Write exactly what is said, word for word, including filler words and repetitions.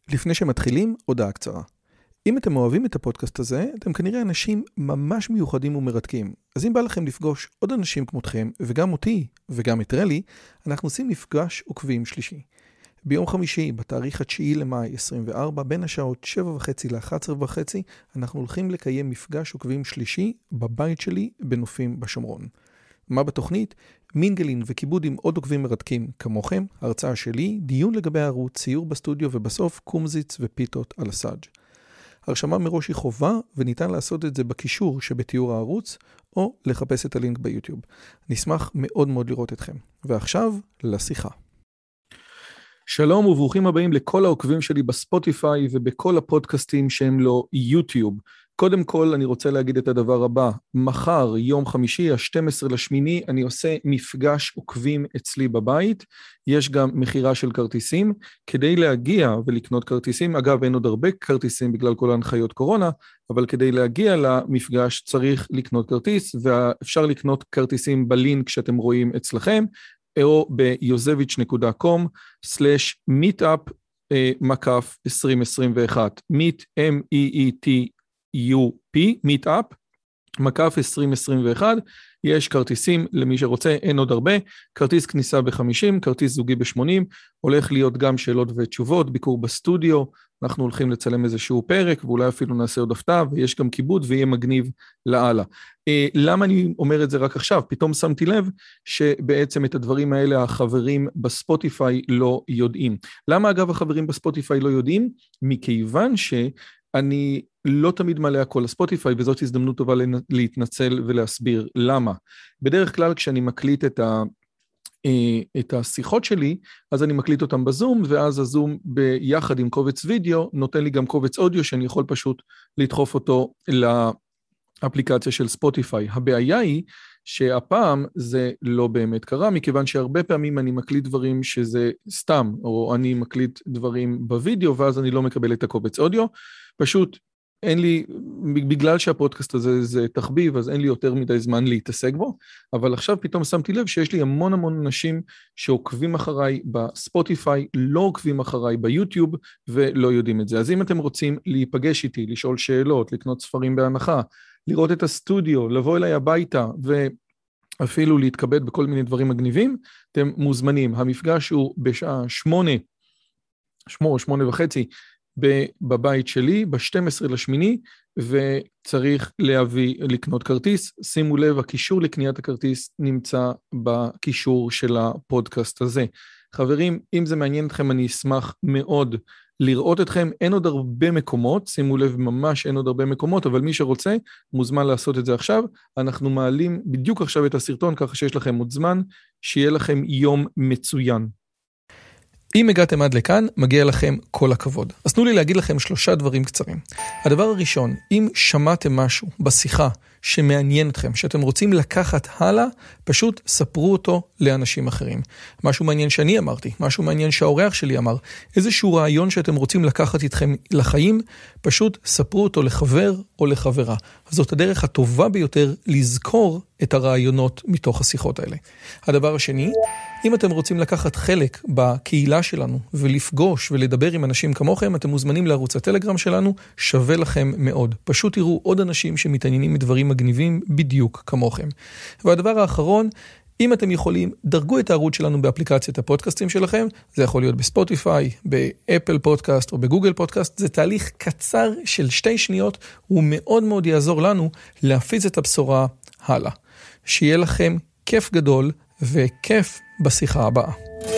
לפני שמתחילים, הודעה קצרה. אם אתם אוהבים את הפודקאסט הזה, אתם כנראה אנשים ממש מיוחדים ומרתקים. אז אם בא לכם לפגוש עוד אנשים כמותכם, וגם אותי, וגם את רלי, אנחנו עושים מפגש עוקבים שלישי. ביום חמישי, בתאריך התשיעי למאי עשרים וארבע, בין השעות שבע וחצי ל-אחת עשרה וחצי, אנחנו הולכים לקיים מפגש עוקבים שלישי בבית שלי בנופים בשומרון. מה בתוכנית? מינגלין וכיבוד עם עוד עוקבים מרתקים כמוכם, הרצאה שלי, דיון לגבי הערוץ, ציור בסטודיו ובסוף קומזיץ ופיתות על הסאג'. הרשמה מראש היא חובה וניתן לעשות את זה בקישור שבתיאור הערוץ או לחפש את הלינק ביוטיוב. נשמח מאוד מאוד לראות אתכם. ועכשיו לשיחה. שלום וברוכים הבאים לכל העוקבים שלי בספוטיפיי ובכל הפודקאסטים שהם לא יוטיוב. קודם כל אני רוצה להגיד את הדבר הבא, מחר יום חמישי, ה-שנים עשר לשמיני, אני עושה מפגש עוקבים אצלי בבית, יש גם מחירה של כרטיסים, כדי להגיע ולקנות כרטיסים, אגב אין עוד הרבה כרטיסים בגלל כל ההנחיות קורונה, אבל כדי להגיע למפגש צריך לקנות כרטיס, ואפשר לקנות כרטיסים בלינק שאתם רואים אצלכם, או ב-יוזביץ' דוט קום סלש מיטאפ מקף עשרים עשרים ואחת, מיט, M-E-E-T U P, מיטאפ, מקף עשרים עשרים ואחת, יש כרטיסים למי שרוצה, אין עוד הרבה, כרטיס כניסה ב-חמישים, כרטיס זוגי ב-שמונים, הולך להיות גם שאלות ותשובות, ביקור בסטודיו, אנחנו הולכים לצלם איזשהו פרק, ואולי אפילו נעשה עוד הפתעה, ויש גם כיבוד, ויהיה מגניב לעלה. אה, למה אני אומר את זה רק עכשיו? פתאום שמתי לב שבעצם את הדברים האלה החברים בספוטיפיי לא יודעים. למה אגב החברים בספוטיפיי לא יודעים? מכיוון שאני לא תמיד מלא הכל לספוטיפיי, וזאת הזדמנות טובה להתנצל ולהסביר למה. בדרך כלל כשאני מקליט את ה... את השיחות שלי, אז אני מקליט אותם בזום, ואז הזום ביחד עם קובץ וידאו, נותן לי גם קובץ אודיו, שאני יכול פשוט לדחוף אותו לאפליקציה של ספוטיפיי. הבעיה היא שהפעם זה לא באמת קרה, מכיוון שהרבה פעמים אני מקליט דברים שזה סתם, או אני מקליט דברים בוידאו, ואז אני לא מקבל את הקובץ אודיו, פשוט אין לי, בגלל שהפודקאסט הזה זה תחביב, אז אין לי יותר מדי זמן להתעסק בו, אבל עכשיו פתאום שמתי לב שיש לי המון המון אנשים שעוקבים אחריי בספוטיפיי, לא עוקבים אחריי ביוטיוב, ולא יודעים את זה. אז אם אתם רוצים להיפגש איתי, לשאול שאלות, לקנות ספרים בהנחה, לראות את הסטודיו, לבוא אליי הביתה, ואפילו להתכבד בכל מיני דברים מגניבים, אתם מוזמנים. המפגש הוא בשעה שמונה, שמונה, שמונה וחצי, בבית שלי, ב-שנים עשר לשמיני, וצריך להביא, לקנות כרטיס. שימו לב, הקישור לקניית הכרטיס נמצא בקישור של הפודקאסט הזה. חברים, אם זה מעניין אתכם, אני אשמח מאוד לראות אתכם. אין עוד הרבה מקומות, שימו לב, ממש אין עוד הרבה מקומות, אבל מי שרוצה, מוזמן לעשות את זה עכשיו. אנחנו מעלים בדיוק עכשיו את הסרטון, ככה שיש לכם עוד זמן, שיהיה לכם יום מצוין. אם הגעתם עד לכאן, מגיע לכם כל הכבוד. אז תנו לי להגיד לכם שלושה דברים קצרים. הדבר הראשון, אם שמעתם משהו בשיחה שמעניין אתכם, שאתם רוצים לקחת הלאה, פשוט ספרו אותו לאנשים אחרים. משהו מעניין שאני אמרתי, משהו מעניין שהאורח שלי אמר, איזשהו רעיון שאתם רוצים לקחת איתכם לחיים, פשוט ספרו אותו לחבר או לחברה. אז זאת הדרך הטובה ביותר לזכור את הרעיונות מתוך השיחות האלה. הדבר השני, אם אתם רוצים לקחת חלק בקהילה שלנו ולפגוש ולדבר עם אנשים כמוכם, אתם מוזמנים לערוץ הטלגרם שלנו, שווה לכם מאוד. פשוט תראו עוד אנשים שמתעניינים מדברים מגניבים בדיוק כמוכם. והדבר האחרון, אם אתם יכולים, דרגו את הערוץ שלנו באפליקציית הפודקאסטים שלכם, זה יכול להיות בספוטיפיי, באפל פודקאסט או בגוגל פודקאסט, זה תהליך קצר של שתי שניות, הוא מאוד מאוד יעזור לנו להפיץ את הבשורה הלאה. שיהיה לכם כיף גדול וכיף בשיחה הבאה.